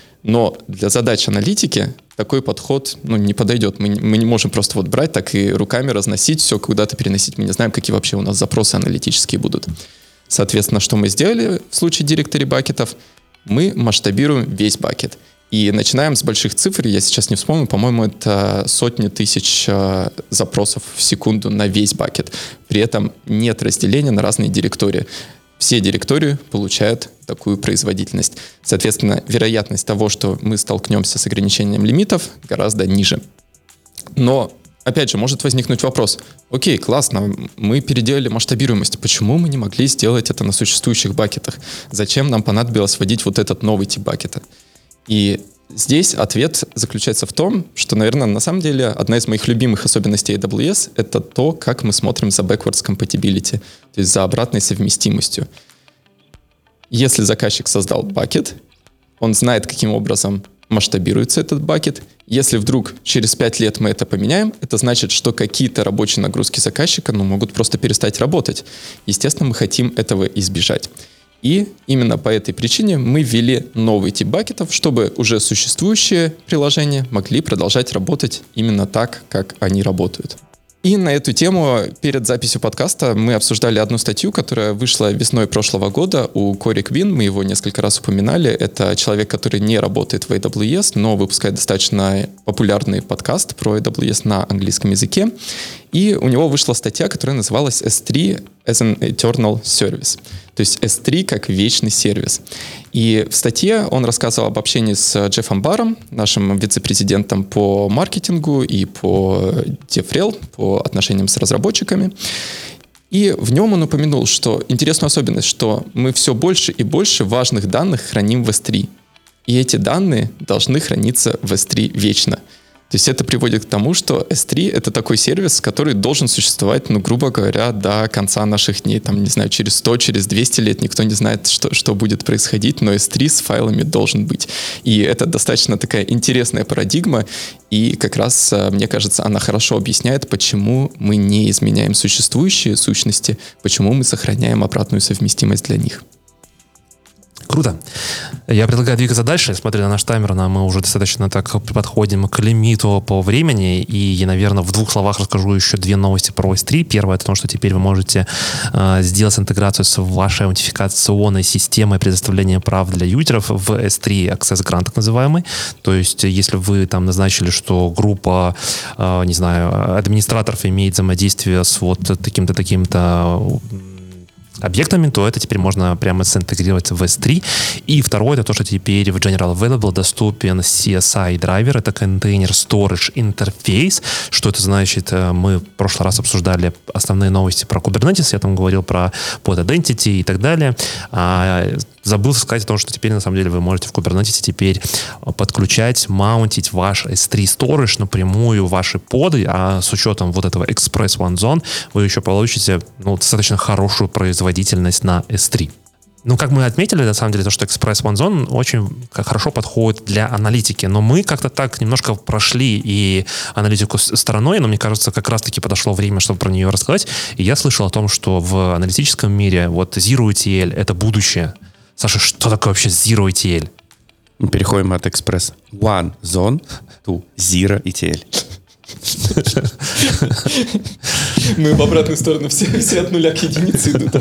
Но для задач аналитики такой подход ну, не подойдет. Мы, мы не можем просто вот брать так и руками разносить, все куда-то переносить. Мы не знаем, какие вообще у нас запросы аналитические будут. Соответственно, что мы сделали в случае директори бакетов? Мы масштабируем весь бакет. И начинаем с больших цифр, я сейчас не вспомню, по-моему, это сотни тысяч э, запросов в секунду на весь бакет. При этом нет разделения на разные директории. Все директории получают такую производительность. Соответственно, вероятность того, что мы столкнемся с ограничением лимитов, гораздо ниже. Но, опять же, может возникнуть вопрос. Окей, классно, мы переделали масштабируемость. Почему мы не могли сделать это на существующих бакетах? Зачем нам понадобилось вводить вот этот новый тип бакета? И здесь ответ заключается в том, что, наверное, на самом деле одна из моих любимых особенностей эй дабл ю эс — это то, как мы смотрим за backwards compatibility, то есть за обратной совместимостью. Если заказчик создал бакет, он знает, каким образом масштабируется этот бакет, Если вдруг через пять лет мы это поменяем, это значит, что какие-то рабочие нагрузки заказчика ну, могут просто перестать работать. Естественно, мы хотим этого избежать. И именно по этой причине мы ввели новый тип бакетов, чтобы уже существующие приложения могли продолжать работать именно так, как они работают. И на эту тему перед записью подкаста мы обсуждали одну статью, которая вышла весной прошлого года у Кори Квин. Мы его несколько раз упоминали. Это человек, который не работает в эй дабл ю эс, но выпускает достаточно популярный подкаст про эй дабл ю эс на английском языке. И у него вышла статья, которая называлась эс три as an eternal service. То есть эс три как вечный сервис. И в статье он рассказывал об общении с Джеффом Барром, нашим вице-президентом по маркетингу и по DevRel, по отношениям с разработчиками. И в нем он упомянул, что интересную особенность, что мы все больше и больше важных данных храним в эс три. И эти данные должны храниться в эс три вечно. То есть это приводит к тому, что эс три — это такой сервис, который должен существовать, ну, грубо говоря, до конца наших дней. Там, не знаю, через сто, через двести лет никто не знает, что, что будет происходить, но эс три с файлами должен быть. И это достаточно такая интересная парадигма, и как раз, мне кажется, она хорошо объясняет, почему мы не изменяем существующие сущности, почему мы сохраняем обратную совместимость для них. Круто. Я предлагаю двигаться дальше. Смотря на наш таймер, мы уже достаточно так подходим к лимиту по времени. И я, наверное, в двух словах расскажу еще две новости про эс три. Первое — это то, что теперь вы можете э, сделать интеграцию с вашей аутентификационной системой предоставления прав для юзеров в эс три Access Grant, так называемый. То есть, если вы там назначили, что группа, э, не знаю, администраторов имеет взаимодействие с вот таким-то, таким-то объектами, то это теперь можно прямо синтегрировать в эс три. И второе — это то, что теперь в General Available доступен си эс ай-драйвер, это Container Storage Interface. Что это значит? Мы в прошлый раз обсуждали основные новости про Kubernetes, я там говорил про Pod Identity и так далее. А забыл сказать о том, что теперь на самом деле вы можете в Kubernetes теперь подключать, маунтить ваш эс три Storage напрямую в ваши поды, а с учетом вот этого Express One Zone вы еще получите ну, достаточно хорошую производительность на эс три. Ну, как мы отметили, на самом деле, то, что Express One Zone очень хорошо подходит для аналитики, но мы как-то так немножко прошли и аналитику стороной, но мне кажется, как раз-таки подошло время, чтобы про нее рассказать. И я слышал о том, что в аналитическом мире вот Zero и ти эль — это будущее. Саша, что такое вообще Zero и ти эль? Мы переходим от Express One Zone to Zero и ти эль. Мы в обратную сторону все, все от нуля к единице идут.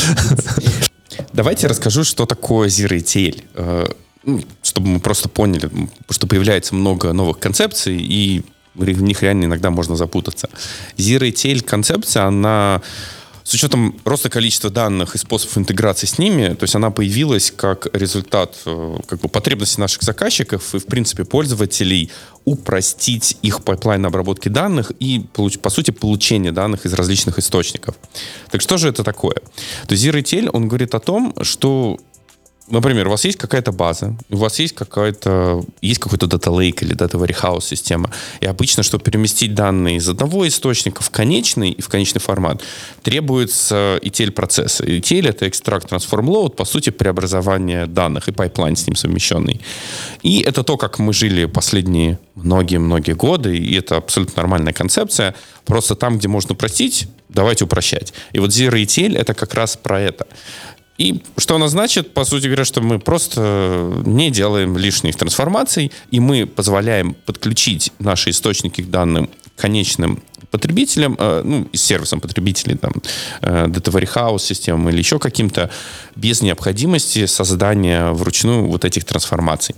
Давайте расскажу, что такое Zero и ти эль. Чтобы мы просто поняли, что появляется много новых концепций, и в них реально иногда можно запутаться. Zero и ти эль концепция, она с учетом роста количества данных и способов интеграции с ними, то есть она появилась как результат как бы, потребностей наших заказчиков и, в принципе, пользователей упростить их пайплайн обработки данных и, по сути, получение данных из различных источников. Так что же это такое? То есть Zero и ти эль, он говорит о том, что, например, у вас есть какая-то база, у вас есть какая-то, есть какой-то data lake или data warehouse система, и обычно, чтобы переместить данные из одного источника в конечный и в конечный формат, требуется и ти эль-процесс. и ти эль — это extract, transform, load, по сути, преобразование данных и пайплайн с ним совмещенный. И это то, как мы жили последние многие-многие годы, и это абсолютно нормальная концепция. Просто там, где можно упростить, давайте упрощать. И вот Zero и ти эль — это как раз про это. И что она значит? По сути говоря, что мы просто не делаем лишних трансформаций, и мы позволяем подключить наши источники к данным конечным потребителям, э, ну, сервисам потребителей, там, э, Data Warehouse системам или еще каким-то, без необходимости создания вручную вот этих трансформаций.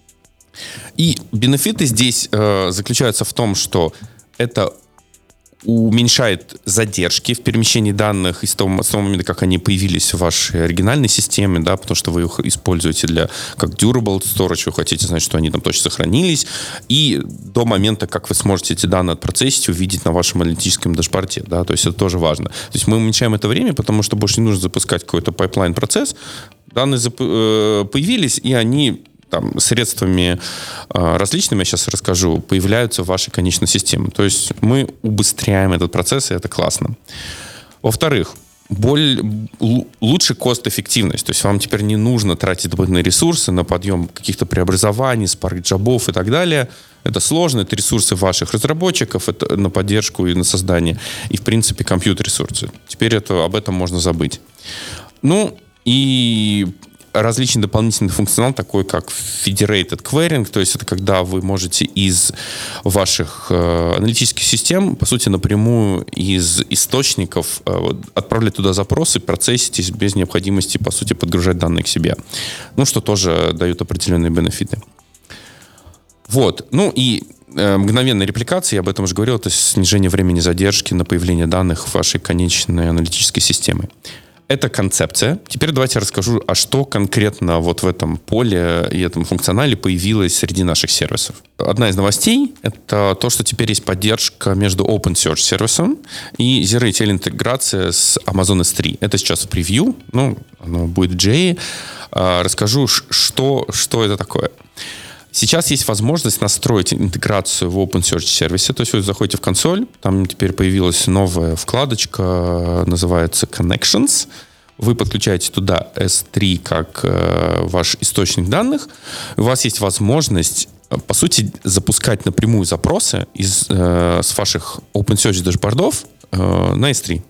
И бенефиты здесь э, заключаются в том, что это уменьшает задержки в перемещении данных из того, с того момента, как они появились в вашей оригинальной системе, да, потому что вы их используете для как durable storage, вы хотите знать, что они там точно сохранились, и до момента, как вы сможете эти данные отпроцессить, увидеть на вашем аналитическом дашборде, да, то есть это тоже важно. То есть мы уменьшаем это время, потому что больше не нужно запускать какой-то пайплайн-процесс, данные зап- э, появились, и они там, средствами э, различными, я сейчас расскажу, появляются в вашей конечной системе. То есть мы убыстряем этот процесс, и это классно. Во-вторых, боль, лучше кост-эффективность. То есть вам теперь не нужно тратить дополнительные ресурсы на подъем каких-то преобразований, спарк-джобов и так далее. Это сложно, это ресурсы ваших разработчиков, это на поддержку и на создание. И, в принципе, компьютер-ресурсы. Теперь это, об этом можно забыть. Ну, и различный дополнительный функционал, такой как federated querying, то есть это когда вы можете из ваших э, аналитических систем, по сути, напрямую из источников э, отправлять туда запросы, процессить без необходимости, по сути, подгружать данные к себе. Ну, что тоже дает определенные бенефиты. Вот. Ну и э, мгновенная репликация, я об этом уже говорил, это снижение времени задержки на появление данных в вашей конечной аналитической системе. Это концепция. Теперь давайте я расскажу, а что конкретно вот в этом поле и этом функционале появилось среди наших сервисов. Одна из новостей — это то, что теперь есть поддержка между OpenSearch сервисом и Zero-ETL интеграция с Amazon эс три. Это сейчас в превью, ну, оно будет в джей и. Расскажу, что, что это такое. Сейчас есть возможность настроить интеграцию в OpenSearch сервисе. То есть вы заходите в консоль, там теперь появилась новая вкладочка, называется Connections. Вы подключаете туда эс три как э, ваш источник данных. У вас есть возможность, по сути, запускать напрямую запросы из, э, с ваших OpenSearch дашбордов э, на эс три.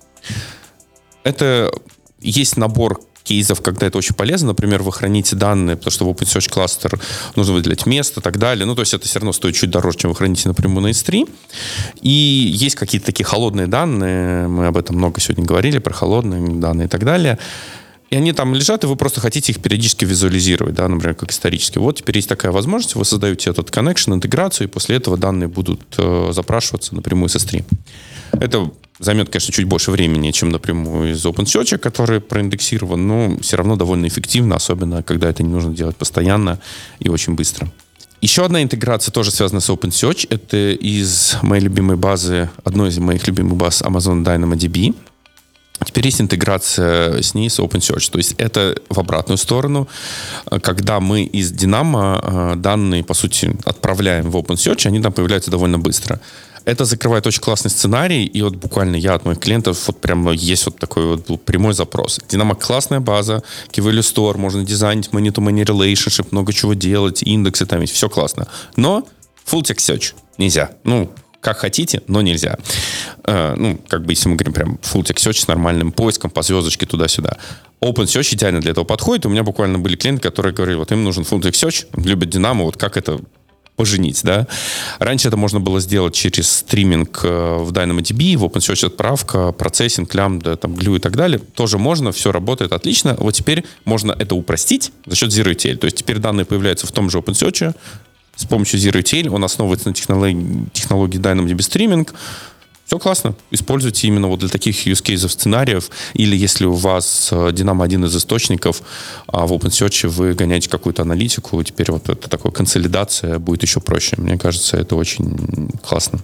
Это есть набор кейсов, когда это очень полезно. Например, вы храните данные, потому что в OpenSearch кластер нужно выделять место и так далее. Ну, то есть это все равно стоит чуть дороже, чем вы храните напрямую на эс три. И есть какие-то такие холодные данные. Мы об этом много сегодня говорили, про холодные данные и так далее. И они там лежат, и вы просто хотите их периодически визуализировать, да, например, как исторически. Вот теперь есть такая возможность. Вы создаете этот connection, интеграцию, и после этого данные будут э, запрашиваться напрямую с эс три. Это займет, конечно, чуть больше времени, чем напрямую из OpenSearch, который проиндексирован, но все равно довольно эффективно, особенно когда это не нужно делать постоянно и очень быстро. Еще одна интеграция тоже связана с OpenSearch. Это из моей любимой базы, одной из моих любимых баз Amazon DynamoDB. Теперь есть интеграция с ней, с OpenSearch. То есть это в обратную сторону. Когда мы из Dynamo данные, по сути, отправляем в OpenSearch, они там появляются довольно быстро. Это закрывает очень классный сценарий, и вот буквально я от моих клиентов, вот прямо есть вот такой вот прямой запрос. Dynamo классная база, Key-Value Store, можно дизайнить many-to-many relationship, много чего делать, индексы там есть, все классно. Но full-text search нельзя. Ну, как хотите, но нельзя. Э, ну, как бы, если мы говорим прям full-text search с нормальным поиском по звездочке туда-сюда. OpenSearch идеально для этого подходит. У меня буквально были клиенты, которые говорили, вот им нужен full-text search, любят Dynamo, вот как это поженить, да. Раньше это можно было сделать через стриминг в DynamoDB, в OpenSearch отправка, процессинг, лямбда, там, глю и так далее. Тоже можно, все работает отлично. Вот теперь можно это упростить за счет Zero-ETL. То есть теперь данные появляются в том же OpenSearch с помощью Zero-ETL. Он основывается на технологии, технологии DynamoDB Streaming. Все классно. Используйте именно вот для таких use cases сценариев. Или если у вас Dynamo один из источников, а в OpenSearch вы гоняете какую-то аналитику, теперь вот эта такая консолидация будет еще проще. Мне кажется, это очень классно.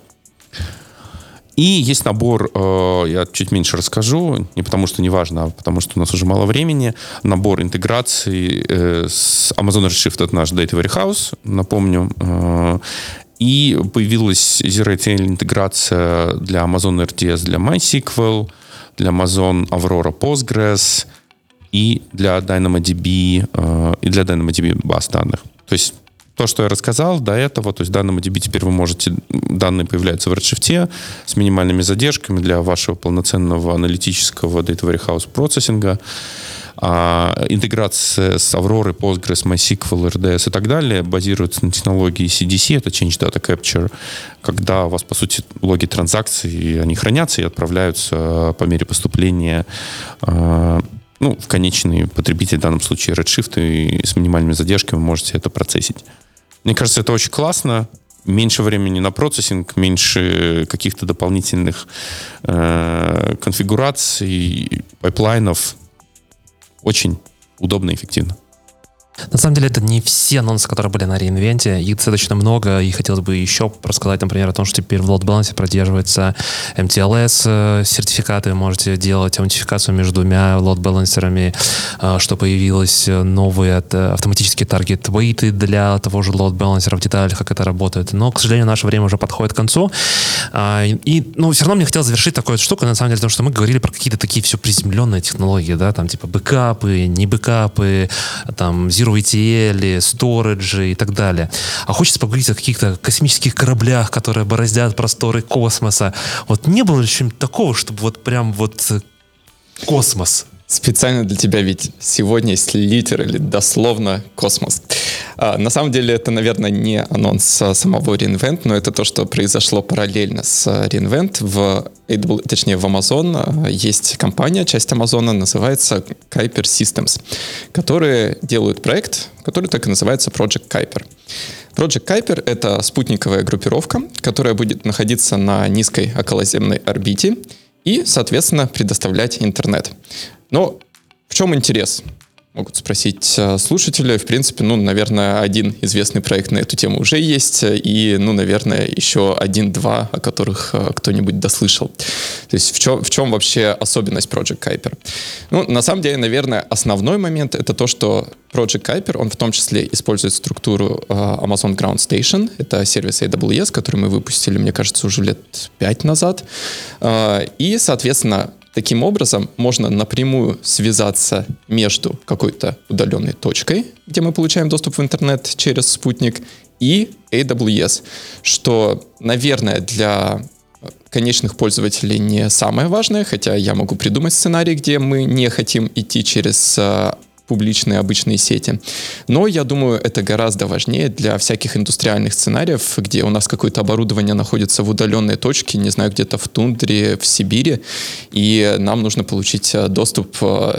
И есть набор, э, я чуть меньше расскажу, не потому что не важно, а потому что у нас уже мало времени. Набор интеграции э, с Amazon Redshift, это наш Data Warehouse, напомню. Э, И появилась Zero-ETL интеграция для Amazon эр ди эс, для MySQL, для Amazon Aurora Postgres и для DynamoDB, э, и для DynamoDB баз данных. То есть то, что я рассказал до этого, то есть DynamoDB теперь вы можете, данные появляются в Redshift с минимальными задержками для вашего полноценного аналитического Data Warehouse процессинга. А интеграция с Aurora, Postgres, MySQL, эр ди эс и так далее базируется на технологии си ди си, это Change Data Capture, когда у вас, по сути, логи транзакций, они хранятся и отправляются по мере поступления ну, в конечный потребитель, в данном случае Redshift, и с минимальными задержками вы можете это процессить. Мне кажется, это очень классно. Меньше времени на процессинг, меньше каких-то дополнительных э, конфигураций, пайплайнов. Очень удобно и эффективно. На самом деле, это не все анонсы, которые были на реинвенте. Их достаточно много, и хотелось бы еще рассказать, например, о том, что теперь в Load Balance поддерживается эм ти эл эс сертификаты. Вы можете делать аутентификацию между двумя Load Balancer'ами, что появились новые автоматические таргет-вейты для того же Load Balancer в деталях, как это работает. Но, к сожалению, наше время уже подходит к концу. И, ну, все равно мне хотелось завершить такую штуку, на самом деле, потому что мы говорили про какие-то такие все приземленные технологии, да, там типа бэкапы, не бэкапы, там Zero и ти эл, сториджи и так далее. А хочется поговорить о каких-то космических кораблях, которые бороздят просторы космоса. Вот не было ли чего-нибудь такого, чтобы вот прям вот космос? Специально для тебя, ведь сегодня есть литер или дословно космос. А, на самом деле это, наверное, не анонс самого reInvent, но это то, что произошло параллельно с reInvent. В, точнее, в Amazon есть компания, часть Amazon, называется Kuiper Systems, которые делают проект, который так и называется Project Kuiper. Project Kuiper — это спутниковая группировка, которая будет находиться на низкой околоземной орбите и, соответственно, предоставлять интернет. Но в чем интерес? Могут спросить слушатели. В принципе, ну, наверное, один известный проект на эту тему уже есть, и, ну, наверное, еще один-два, о которых кто-нибудь дослышал. То есть в чем, в чем вообще особенность Project Kuiper? Ну, на самом деле, наверное, основной момент — это то, что Project Kuiper, он в том числе использует структуру Amazon Ground Station. Это сервис эй дабл ю эс, который мы выпустили, мне кажется, уже лет пять назад. И, соответственно, таким образом можно напрямую связаться между какой-то удаленной точкой, где мы получаем доступ в интернет через спутник, и эй дабл ю эс, что, наверное, для конечных пользователей не самое важное, хотя я могу придумать сценарий, где мы не хотим идти через публичные обычные сети. Но я думаю, это гораздо важнее для всяких индустриальных сценариев, где у нас какое-то оборудование находится в удаленной точке, не знаю, где-то в тундре, в Сибири, и нам нужно получить доступ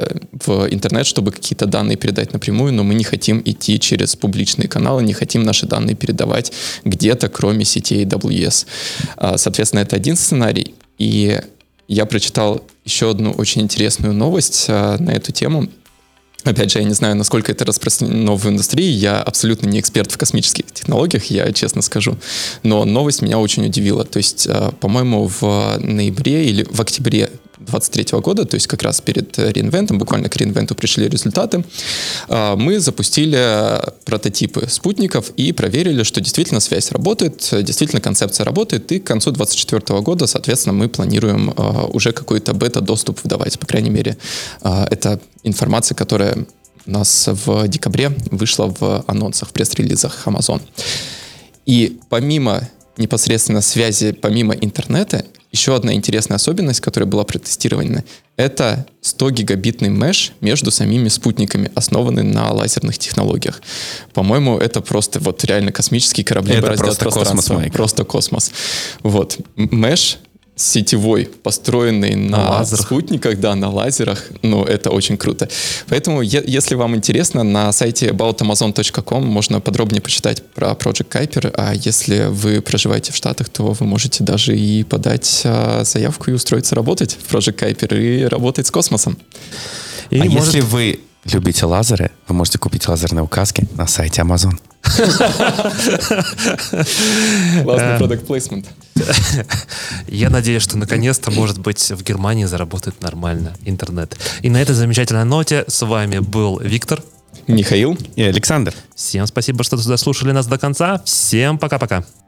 в интернет, чтобы какие-то данные передать напрямую, но мы не хотим идти через публичные каналы, не хотим наши данные передавать где-то, кроме сетей эй дабл ю эс. Соответственно, это один сценарий. И я прочитал еще одну очень интересную новость на эту тему. Опять же, я не знаю, насколько это распространено в индустрии, я абсолютно не эксперт в космических технологиях, я честно скажу, но новость меня очень удивила. То есть, по-моему, в ноябре или в октябре двадцать третьего года, то есть как раз перед реинвентом, буквально к реинвенту пришли результаты, мы запустили прототипы спутников и проверили, что действительно связь работает, действительно концепция работает, и к концу двадцать четвёртого года, соответственно, мы планируем уже какой-то бета-доступ выдавать, по крайней мере, это информация, которая у нас в декабре вышла в анонсах, в пресс-релизах Amazon. И помимо непосредственно связи, помимо интернета, еще одна интересная особенность, которая была протестирована, это сто гигабитный меш между самими спутниками, основанный на лазерных технологиях. По-моему, это просто вот реально космические корабли бороздят пространство. Космос, просто космос. Вот. Меш сетевой, построенный на, на спутниках, да, на лазерах, ну, это очень круто. Поэтому, е- если вам интересно, на сайте about amazon точка com можно подробнее почитать про Project Kuiper, а если вы проживаете в Штатах, то вы можете даже и подать а, заявку и устроиться работать в Project Kuiper и работать с космосом. И а может... если вы любите лазеры, вы можете купить лазерные указки на сайте Amazon. Классный product placement. Я надеюсь, что наконец-то, может быть, в Германии заработает нормально интернет. И на этой замечательной ноте с вами был Виктор, Михаил и Александр. Всем спасибо, что дослушали нас до конца. Всем пока-пока.